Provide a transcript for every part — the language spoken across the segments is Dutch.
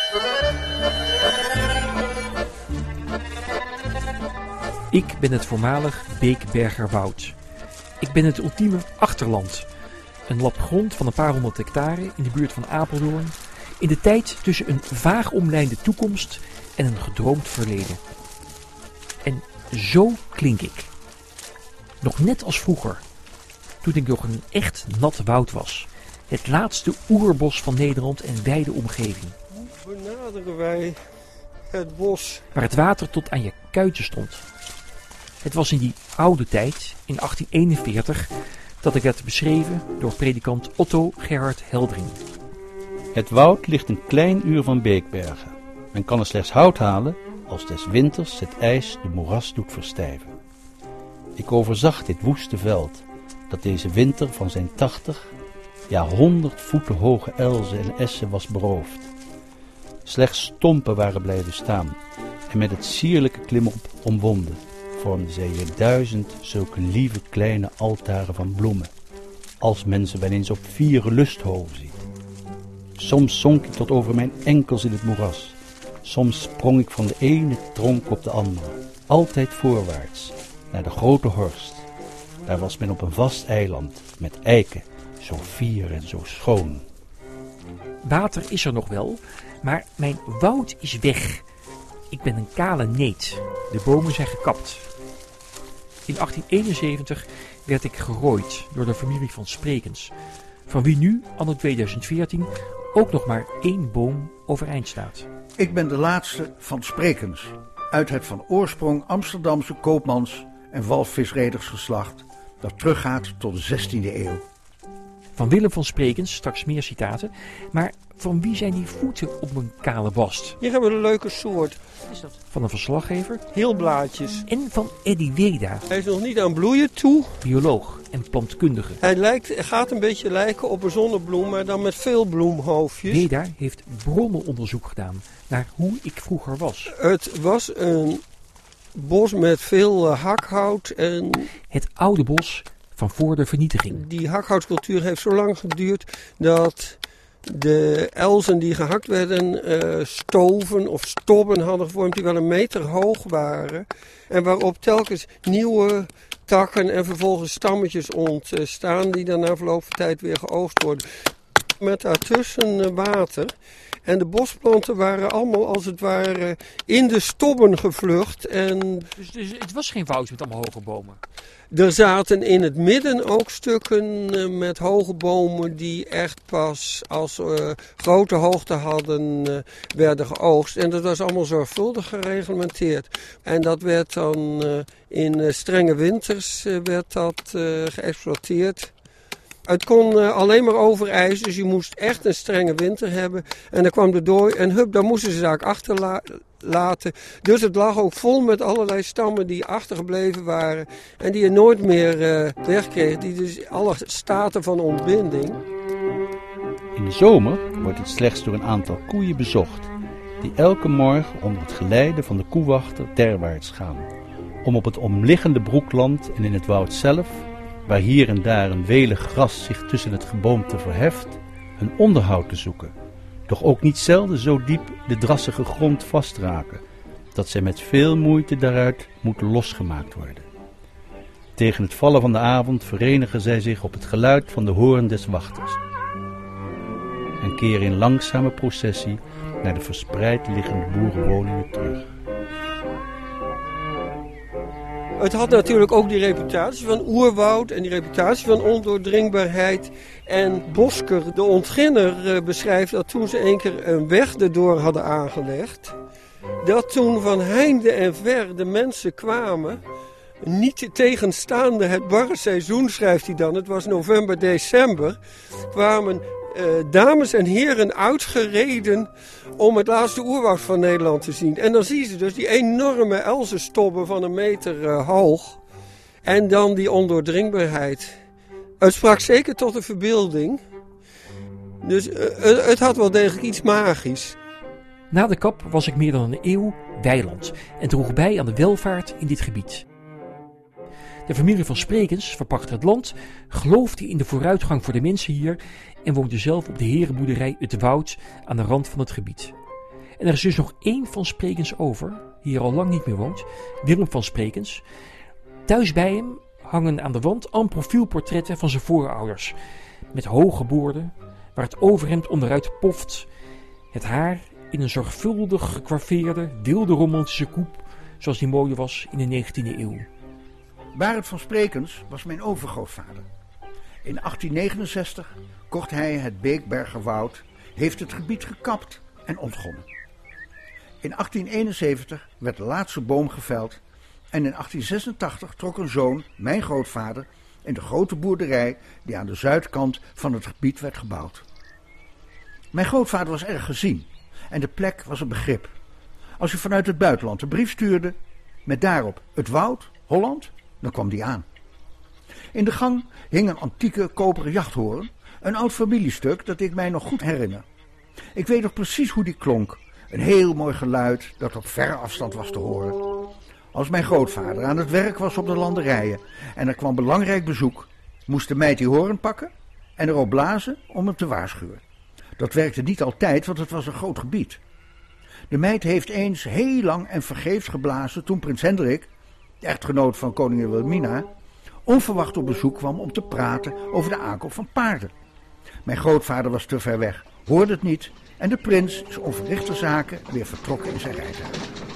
Ik ben het voormalig Beekbergerwoud. Ik ben het ultieme achterland. Een lap grond van een paar honderd hectare in de buurt van Apeldoorn. In de tijd tussen een vaag omlijnde toekomst en een gedroomd verleden. En zo klink ik. Nog net als vroeger. Toen ik nog een echt nat woud was. Het laatste oerbos van Nederland en wijde omgeving. Hoe benaderen wij het bos? Waar het water tot aan je kuiten stond. Het was in die oude tijd, in 1841, dat ik werd beschreven door predikant Otto Gerhard Heldring. Het woud ligt een klein uur van Beekbergen. Men kan er slechts hout halen als des winters het ijs de moeras doet verstijven. Ik overzag dit woeste veld, dat deze winter van zijn 80, ja 100 voeten hoge elzen en essen was beroofd. Slechts stompen waren blijven staan en met het sierlijke klimop omwonden vormden zij hier 1000 zulke lieve kleine altaren van bloemen, als mensen wel eens op 4 lusthoven zien. Soms zonk ik tot over mijn enkels in het moeras, soms sprong ik van de ene tronk op de andere, altijd voorwaarts, naar de grote Horst. Daar was men op een vast eiland, met eiken, zo fier en zo schoon. Water is er nog wel, maar mijn woud is weg. Ik ben een kale neet. De bomen zijn gekapt. In 1871 werd ik gerooid door de familie van Sprekens, van wie nu, anno 2014, ook nog maar 1 boom overeind staat. Ik ben de laatste van Sprekens, uit het van oorsprong Amsterdamse koopmans- en walvisredersgeslacht dat teruggaat tot de 16e eeuw. Van Willem van Sprekens, straks meer citaten, maar van wie zijn die voeten op een kale bast? Hier hebben we een leuke soort. Wat is dat? Van een verslaggever Heel blaadjes. en van Eddie Weda, Hij is nog niet aan bloeien toe. bioloog en plantkundige. Hij gaat een beetje lijken op een zonnebloem, maar dan met veel bloemhoofdjes. Weda heeft bronnenonderzoek gedaan naar hoe ik vroeger was. Het was een bos met veel hakhout en Het oude bos van voor de vernietiging. die hakhoutcultuur heeft zo lang geduurd dat de elzen die gehakt werden stoven of stobben hadden gevormd die wel 1 meter hoog waren. En waarop telkens nieuwe takken en vervolgens stammetjes ontstaan die dan na verloop van tijd weer geoogst worden. Met daartussen water. En de bosplanten waren allemaal als het ware in de stobben gevlucht. En Dus het was geen woud met allemaal hoge bomen. er zaten in het midden ook stukken met hoge bomen die echt pas als grote hoogte hadden werden geoogst. En dat was allemaal zorgvuldig gereglementeerd. En dat werd dan in strenge winters werd dat geëxploiteerd. Het kon alleen maar over ijs, dus je moest echt een strenge winter hebben. En dan kwam de dooi en hup, dan moesten ze de zaak achterlaten. Dus het lag ook vol met allerlei stammen die achtergebleven waren. En die je nooit meer wegkregen. Die dus alle staten van ontbinding. In de zomer wordt het slechts door een aantal koeien bezocht, die elke morgen onder het geleide van de koewachter derwaarts gaan, om op het omliggende broekland en in het woud zelf, waar hier en daar een welig gras zich tussen het geboomte verheft, een onderhoud te zoeken, doch ook niet zelden zo diep de drassige grond vastraken, dat zij met veel moeite daaruit moeten losgemaakt worden. Tegen het vallen van de avond verenigen zij zich op het geluid van de hoorn des wachters en keren in langzame processie naar de verspreid liggende boerenwoningen terug. Het had natuurlijk ook die reputatie van oerwoud en die reputatie van ondoordringbaarheid. En Bosker, de ontginner, beschrijft dat toen ze 1 keer een weg erdoor hadden aangelegd, dat toen van heinde en ver de mensen kwamen, niet tegenstaande het barre seizoen, schrijft hij dan, het was november, december, kwamen dames en heren uitgereden om het laatste oerwoud van Nederland te zien. En dan zien ze dus die enorme elzenstobben van 1 meter hoog. En dan die ondoordringbaarheid. Het sprak zeker tot de verbeelding. Dus het had wel degelijk iets magisch. Na de kap was ik meer dan een eeuw weiland en droeg bij aan de welvaart in dit gebied. De familie van Sprekens verpachtte het land, geloofde in de vooruitgang voor de mensen hier en woonde zelf op de herenboerderij Het Woud aan de rand van het gebied. En er is dus nog één van Sprekens over, die hier al lang niet meer woont, Willem van Sprekens. Thuis bij hem hangen aan de wand profielportretten van zijn voorouders. Met hoge boorden, waar het overhemd onderuit poft. Het haar in een zorgvuldig gekwaveerde, wilde romantische koep, zoals die mooi was in de 19e eeuw. Barend van Sprekens was mijn overgrootvader. In 1869 kocht hij het Beekbergerwoud, heeft het gebied gekapt en ontgonnen. In 1871 werd de laatste boom geveld en in 1886 trok een zoon, mijn grootvader, in de grote boerderij die aan de zuidkant van het gebied werd gebouwd. Mijn grootvader was erg gezien en de plek was een begrip. Als je vanuit het buitenland een brief stuurde met daarop het woud, Holland, dan kwam die aan. In de gang hing een antieke koperen jachthoorn, een oud familiestuk dat ik mij nog goed herinner. Ik weet nog precies hoe die klonk, een heel mooi geluid dat op verre afstand was te horen. Als mijn grootvader aan het werk was op de landerijen en er kwam belangrijk bezoek, moest de meid die hoorn pakken en erop blazen om hem te waarschuwen. Dat werkte niet altijd, want het was een groot gebied. De meid heeft eens heel lang en vergeefs geblazen toen prins Hendrik, de echtgenoot van koningin Wilhelmina, onverwacht op bezoek kwam om te praten over de aankoop van paarden. Mijn grootvader was te ver weg, hoorde het niet en de prins is onverrichte zaken weer vertrokken in zijn rijtuig.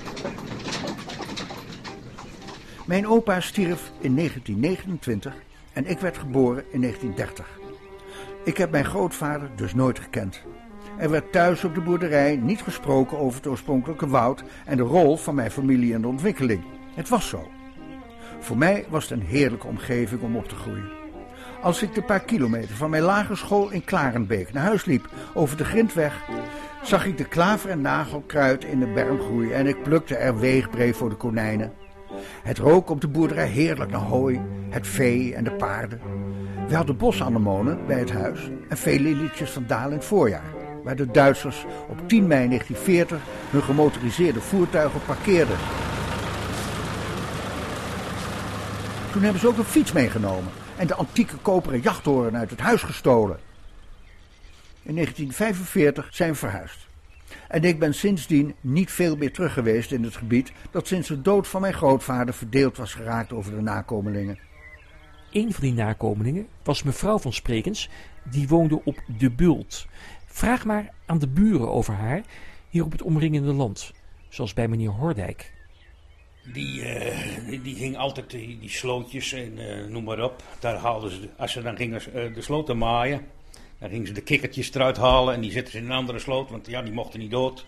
Mijn opa stierf in 1929 en ik werd geboren in 1930. Ik heb mijn grootvader dus nooit gekend. Er werd thuis op de boerderij niet gesproken over het oorspronkelijke woud en de rol van mijn familie in de ontwikkeling. Het was zo. Voor mij was het een heerlijke omgeving om op te groeien. Als ik de paar kilometer van mijn lagere school in Klarenbeek naar huis liep over de grindweg, zag ik de klaver en nagelkruid in de berm groeien en ik plukte er weegbree voor de konijnen. Het rook op de boerderij heerlijk naar hooi, het vee en de paarden. We hadden bosanemonen bij het huis en veel lelietjes van Daal in het voorjaar, waar de Duitsers op 10 mei 1940 hun gemotoriseerde voertuigen parkeerden. Toen hebben ze ook een fiets meegenomen en de antieke koperen jachthoorn uit het huis gestolen. In 1945 zijn we verhuisd. En ik ben sindsdien niet veel meer terug geweest in het gebied dat sinds de dood van mijn grootvader verdeeld was geraakt over de nakomelingen. Een van die nakomelingen was mevrouw van Sprekens, die woonde op De Bult. Vraag maar aan de buren over haar, hier op het omringende land, zoals bij meneer Hordijk. Die ging altijd die slootjes en noem maar op. Daar haalden ze, als ze dan gingen de sloten maaien, dan gingen ze de kikkertjes eruit halen en die zetten ze in een andere sloot, want ja, die mochten niet dood.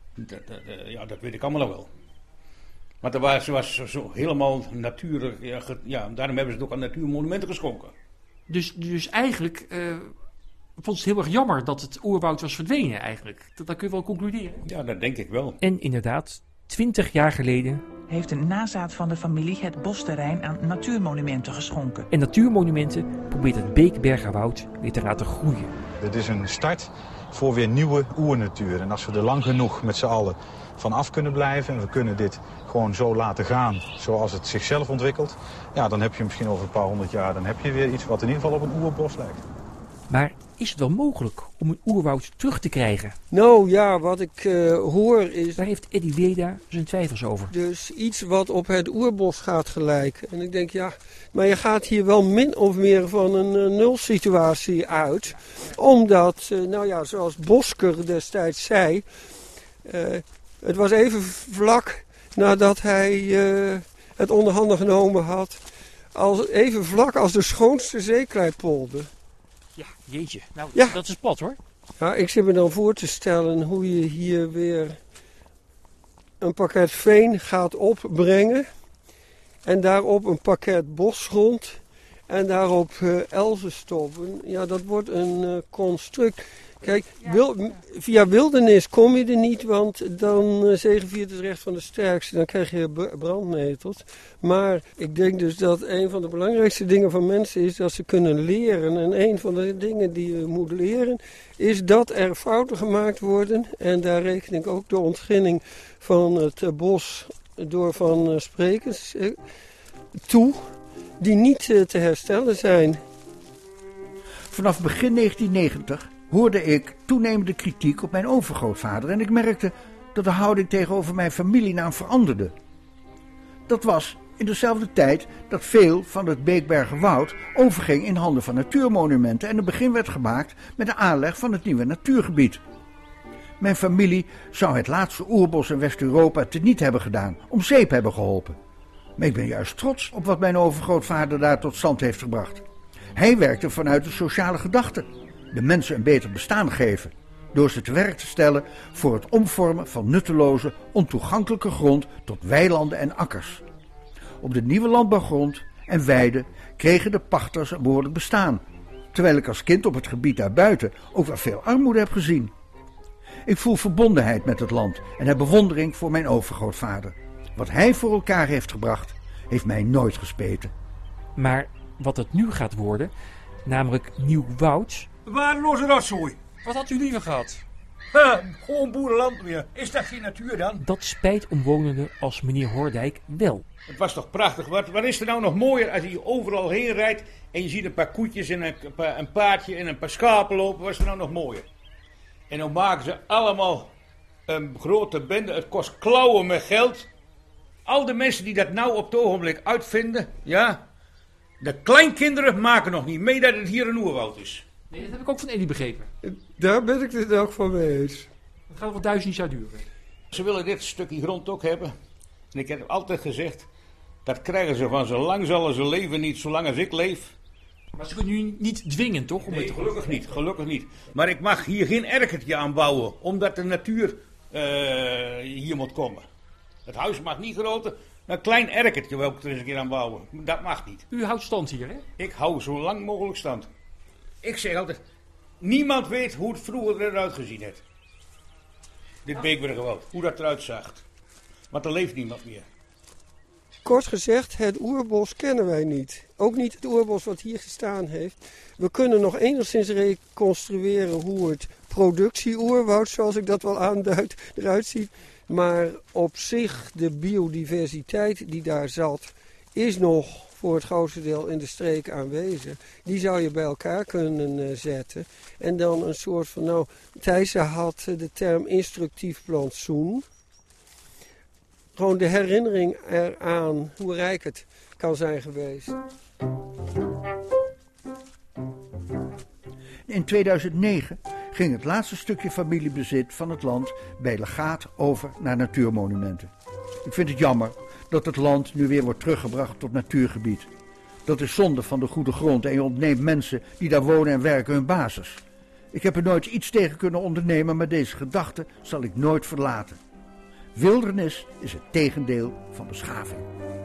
Dat weet ik allemaal nog wel. Maar ze was zo helemaal natuurlijk, daarom hebben ze het ook aan natuurmonumenten geschonken. Dus eigenlijk vond ze het heel erg jammer dat het oerwoud was verdwenen eigenlijk. Dat kun je wel concluderen. Ja, dat denk ik wel. En inderdaad, 20 jaar geleden heeft een nazaat van de familie het bosterrein aan natuurmonumenten geschonken. En natuurmonumenten probeert het Beekbergerwoud weer te laten groeien. Dit is een start voor weer nieuwe oernatuur. En als we er lang genoeg met z'n allen van af kunnen blijven en we kunnen dit gewoon zo laten gaan zoals het zichzelf ontwikkelt, ja, dan heb je misschien over een paar 100 jaar, dan heb je weer iets wat in ieder geval op een oerbos lijkt. Maar is het wel mogelijk om een oerwoud terug te krijgen? Nou ja, wat ik hoor is... Daar heeft Eddie Weda zijn twijfels over. Dus iets wat op het oerbos gaat gelijken. En ik denk, ja, maar je gaat hier wel min of meer van een nulsituatie uit. Omdat, zoals Bosker destijds zei, het was even vlak nadat hij het onderhanden genomen had, even vlak als de schoonste zeekleipolder. Ja, jeetje. Nou, ja. Dat is plat hoor. Ja, ik zit me dan voor te stellen hoe je hier weer een pakket veen gaat opbrengen. En daarop een pakket bosgrond. En daarop elzen stoppen. Ja, dat wordt een construct. Kijk, via wildernis kom je er niet, want dan zegeviert het recht van de sterkste. Dan krijg je brandnetels. Maar ik denk dus dat een van de belangrijkste dingen van mensen is dat ze kunnen leren. En een van de dingen die je moet leren is dat er fouten gemaakt worden. En daar reken ik ook de ontginning van het bos door Van Sprekens toe, die niet te herstellen zijn. Vanaf begin 1990 hoorde ik toenemende kritiek op mijn overgrootvader en ik merkte dat de houding tegenover mijn familienaam veranderde. Dat was in dezelfde tijd dat veel van het Beekbergerwoud overging in handen van natuurmonumenten en een begin werd gemaakt met de aanleg van het nieuwe natuurgebied. Mijn familie zou het laatste oerbos in West-Europa teniet hebben gedaan, om zeep hebben geholpen. Maar ik ben juist trots op wat mijn overgrootvader daar tot stand heeft gebracht. Hij werkte vanuit de sociale gedachte, de mensen een beter bestaan geven, door ze te werk te stellen voor het omvormen van nutteloze, ontoegankelijke grond tot weilanden en akkers. Op de nieuwe landbouwgrond en weiden kregen de pachters een behoorlijk bestaan, terwijl ik als kind op het gebied daarbuiten ook wel veel armoede heb gezien. Ik voel verbondenheid met het land en heb bewondering voor mijn overgrootvader. Wat hij voor elkaar heeft gebracht, heeft mij nooit gespeten. Maar wat het nu gaat worden, namelijk nieuw woud... Waardeloze rotzooi. Wat had u liever gehad? Gewoon boerenland weer. Is dat geen natuur dan? Dat spijt omwonenden als meneer Hoordijk wel. Het was toch prachtig. Wat is er nou nog mooier als je overal heen rijdt en je ziet een paar koetjes en een paardje en een paar schapen lopen. Wat is er nou nog mooier? En dan maken ze allemaal een grote bende. Het kost klauwen met geld. Al de mensen die dat nou op het ogenblik uitvinden, ja, de kleinkinderen maken nog niet mee dat het hier een oerwoud is. Nee, dat heb ik ook van Eddie begrepen. Daar ben ik het ook van mee eens. Het gaat wel 1000 jaar duren. Ze willen dit stukje grond ook hebben. En ik heb altijd gezegd, dat krijgen ze van zolang zullen ze leven niet, zolang als ik leef. Maar ze kunnen u niet dwingen, toch? Om Nee, gelukkig niet. Maar ik mag hier geen erkertje aan bouwen, omdat de natuur hier moet komen. Het huis mag niet groter. Een klein erkertje wil ik er eens een keer aan bouwen. Dat mag niet. U houdt stand hier, hè? Ik hou zo lang mogelijk stand. Ik zeg altijd, niemand weet hoe het vroeger eruit gezien heeft. Dit Beekbergerwoud, hoe dat eruit zag. Want er leeft niemand meer. Kort gezegd, het oerbos kennen wij niet. Ook niet het oerbos wat hier gestaan heeft. We kunnen nog enigszins reconstrueren hoe het productie-oerwoud, zoals ik dat wel aanduid, eruit ziet. Maar op zich, de biodiversiteit die daar zat, is nog voor het grootste deel in de streek aanwezig. Die zou je bij elkaar kunnen zetten. En dan een soort van, Thijsse had de term instructief plantsoen. Gewoon de herinnering eraan hoe rijk het kan zijn geweest. In 2009 ging het laatste stukje familiebezit van het land bij legaat over naar natuurmonumenten. Ik vind het jammer dat het land nu weer wordt teruggebracht tot natuurgebied. Dat is zonde van de goede grond en je ontneemt mensen die daar wonen en werken hun basis. Ik heb er nooit iets tegen kunnen ondernemen, maar deze gedachte zal ik nooit verlaten. Wildernis is het tegendeel van beschaving.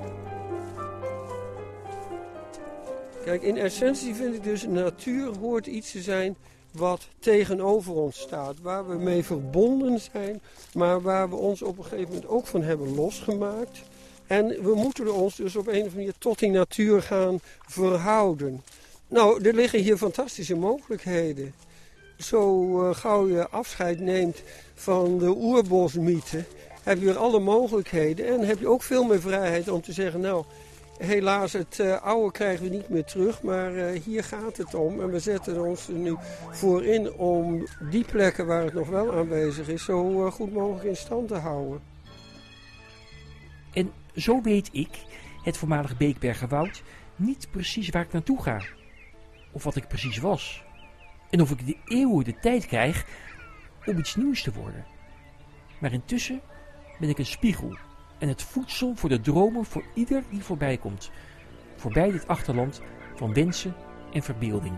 Kijk, in essentie vind ik dus natuur hoort iets te zijn wat tegenover ons staat. Waar we mee verbonden zijn, maar waar we ons op een gegeven moment ook van hebben losgemaakt. En we moeten ons dus op een of andere manier tot die natuur gaan verhouden. Nou, er liggen hier fantastische mogelijkheden. Zo gauw je afscheid neemt van de oerbosmythe, heb je weer alle mogelijkheden. En heb je ook veel meer vrijheid om te zeggen, helaas, het oude krijgen we niet meer terug, maar hier gaat het om. En we zetten ons er nu voor in om die plekken waar het nog wel aanwezig is, zo goed mogelijk in stand te houden. En zo weet ik, het voormalige Beekbergerwoud, niet precies waar ik naartoe ga. Of wat ik precies was. En of ik de eeuwen de tijd krijg om iets nieuws te worden. Maar intussen ben ik een spiegel en het voedsel voor de dromen voor ieder die voorbij komt. Voorbij dit achterland van wensen en verbeelding.